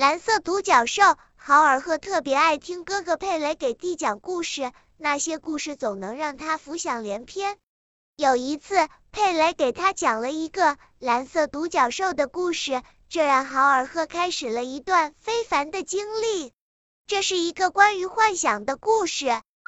蓝色独角兽豪尔赫特别爱听哥哥佩雷给弟讲故事，那些故事总能让他浮想联翩。有一次，佩雷给他讲了一个蓝色独角兽的故事，这让豪尔赫开始了一段非凡的经历。这是一个关于幻想的故事。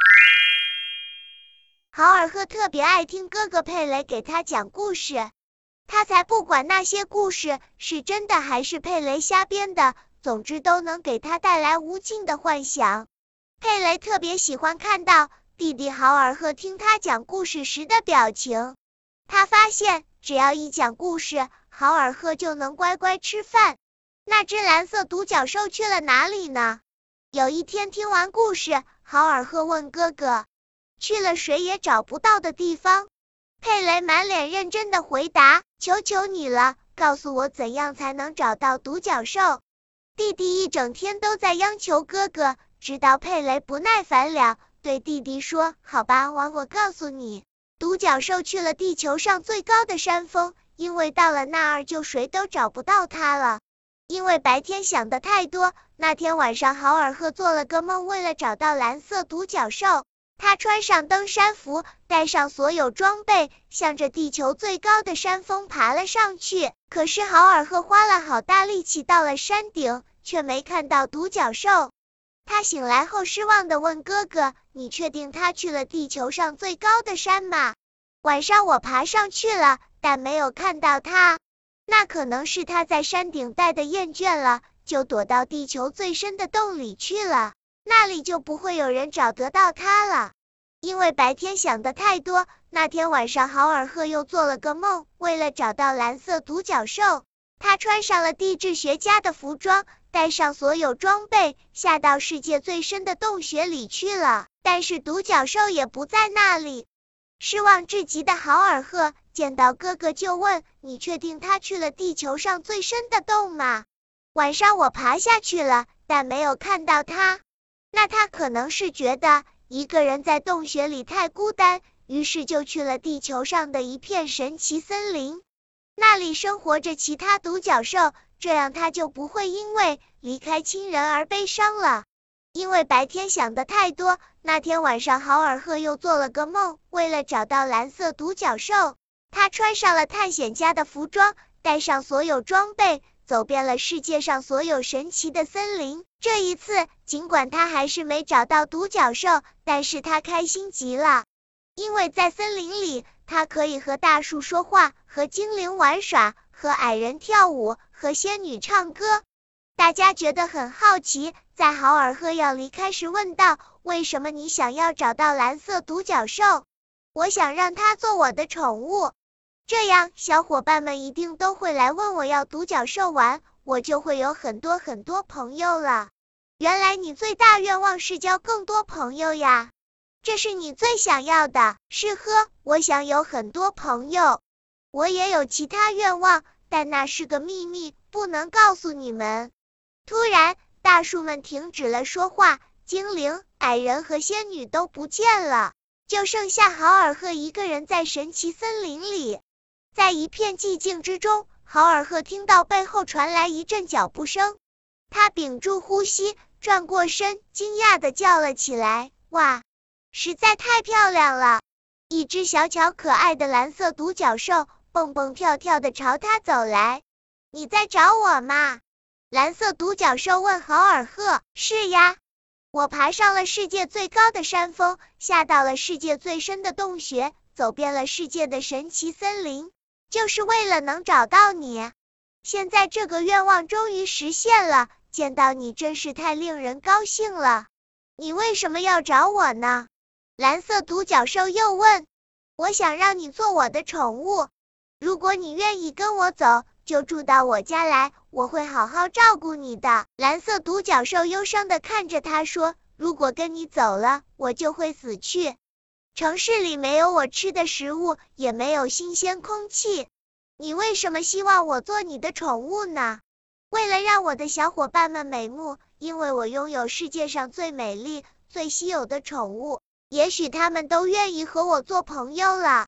豪尔赫特别爱听哥哥佩雷给他讲故事，他才不管那些故事是真的还是佩雷瞎编的，总之都能给他带来无尽的幻想。佩雷特别喜欢看到弟弟豪尔赫听他讲故事时的表情，他发现只要一讲故事，豪尔赫就能乖乖吃饭。那只蓝色独角兽去了哪里呢？有一天听完故事，豪尔赫问哥哥，去了谁也找不到的地方。佩雷满脸认真的回答，求求你了，告诉我怎样才能找到独角兽。弟弟一整天都在央求哥哥，直到佩雷不耐烦了，对弟弟说，好吧，我告诉你，独角兽去了地球上最高的山峰，因为到了那儿就谁都找不到它了。因为白天想的太多，那天晚上豪尔赫做了个梦，为了找到蓝色独角兽，他穿上登山服，带上所有装备，向着地球最高的山峰爬了上去。可是豪尔赫花了好大力气，到了山顶，却没看到独角兽。他醒来后失望地问哥哥，你确定他去了地球上最高的山吗？晚上我爬上去了，但没有看到他。那可能是他在山顶待得厌倦了，就躲到地球最深的洞里去了，那里就不会有人找得到他了。因为白天想的太多，那天晚上豪尔赫又做了个梦，为了找到蓝色独角兽，他穿上了地质学家的服装，带上所有装备，下到世界最深的洞穴里去了，但是独角兽也不在那里。失望至极的豪尔赫见到哥哥就问，你确定他去了地球上最深的洞吗？晚上我爬下去了，但没有看到他。那他可能是觉得一个人在洞穴里太孤单，于是就去了地球上的一片神奇森林，那里生活着其他独角兽，这样他就不会因为离开亲人而悲伤了。因为白天想的太多，那天晚上豪尔赫又做了个梦，为了找到蓝色独角兽，他穿上了探险家的服装，带上所有装备，走遍了世界上所有神奇的森林。这一次，尽管他还是没找到独角兽，但是他开心极了，因为在森林里，他可以和大树说话，和精灵玩耍，和矮人跳舞，和仙女唱歌。大家觉得很好奇，在豪尔赫要离开时问道，为什么你想要找到蓝色独角兽？我想让它做我的宠物，这样小伙伴们一定都会来问我要独角兽玩，我就会有很多很多朋友了。原来你最大愿望是交更多朋友呀，这是你最想要的。是呵，我想有很多朋友。我也有其他愿望，但那是个秘密，不能告诉你们。突然，大树们停止了说话，精灵、矮人和仙女都不见了，就剩下豪尔赫一个人在神奇森林里。在一片寂静之中，豪尔赫听到背后传来一阵脚步声，他屏住呼吸，转过身，惊讶地叫了起来，哇，实在太漂亮了！一只小巧可爱的蓝色独角兽蹦蹦跳跳地朝他走来。你在找我吗？蓝色独角兽问豪尔赫。是呀，我爬上了世界最高的山峰，下到了世界最深的洞穴，走遍了世界的神奇森林，就是为了能找到你。现在这个愿望终于实现了，见到你真是太令人高兴了。你为什么要找我呢？蓝色独角兽又问。我想让你做我的宠物，如果你愿意跟我走，就住到我家来，我会好好照顾你的。蓝色独角兽忧伤地看着他说，如果跟你走了，我就会死去。城市里没有我吃的食物，也没有新鲜空气。你为什么希望我做你的宠物呢？为了让我的小伙伴们美目，因为我拥有世界上最美丽、最稀有的宠物，也许他们都愿意和我做朋友了。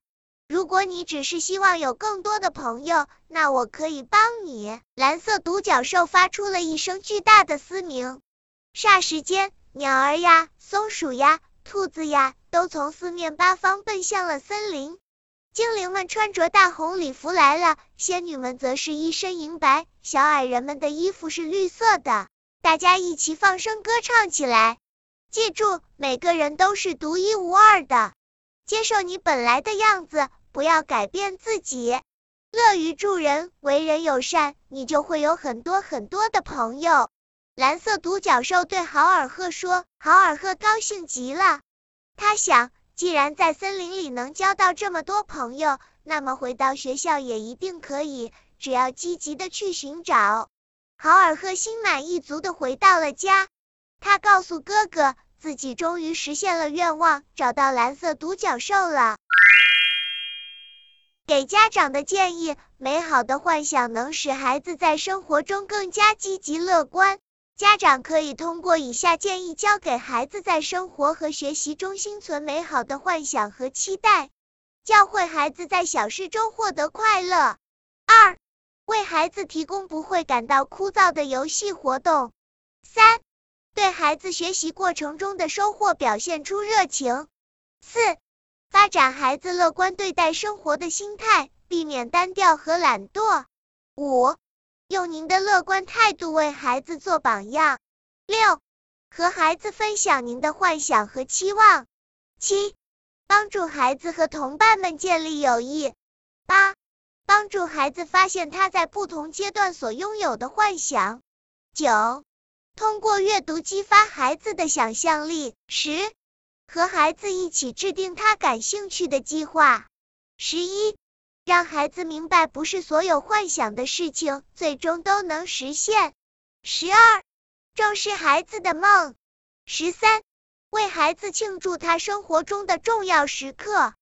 如果你只是希望有更多的朋友，那我可以帮你。蓝色独角兽发出了一声巨大的嘶鸣，霎时间，鸟儿呀、松鼠呀、兔子呀，都从四面八方奔向了森林。精灵们穿着大红礼服来了，仙女们则是一身银白，小矮人们的衣服是绿色的。大家一起放声歌唱起来。记住，每个人都是独一无二的，接受你本来的样子，不要改变自己。乐于助人，为人友善，你就会有很多很多的朋友。蓝色独角兽对豪尔赫说，豪尔赫高兴极了。他想，既然在森林里能交到这么多朋友，那么回到学校也一定可以，只要积极的去寻找。豪尔赫心满意足的回到了家，他告诉哥哥，自己终于实现了愿望，找到蓝色独角兽了。给家长的建议，美好的幻想能使孩子在生活中更加积极乐观。家长可以通过以下建议教给孩子在生活和学习中心存美好的幻想和期待，教会孩子在小事中获得快乐。2. 为孩子提供不会感到枯燥的游戏活动。3. 对孩子学习过程中的收获表现出热情。4. 发展孩子乐观对待生活的心态，避免单调和懒惰。5. 用您的乐观态度为孩子做榜样。6. 和孩子分享您的幻想和期望。7. 帮助孩子和同伴们建立友谊。8. 帮助孩子发现他在不同阶段所拥有的幻想。9. 通过阅读激发孩子的想象力。10. 和孩子一起制定他感兴趣的计划。11. 让孩子明白不是所有幻想的事情最终都能实现。12. 重视孩子的梦。13. 为孩子庆祝他生活中的重要时刻。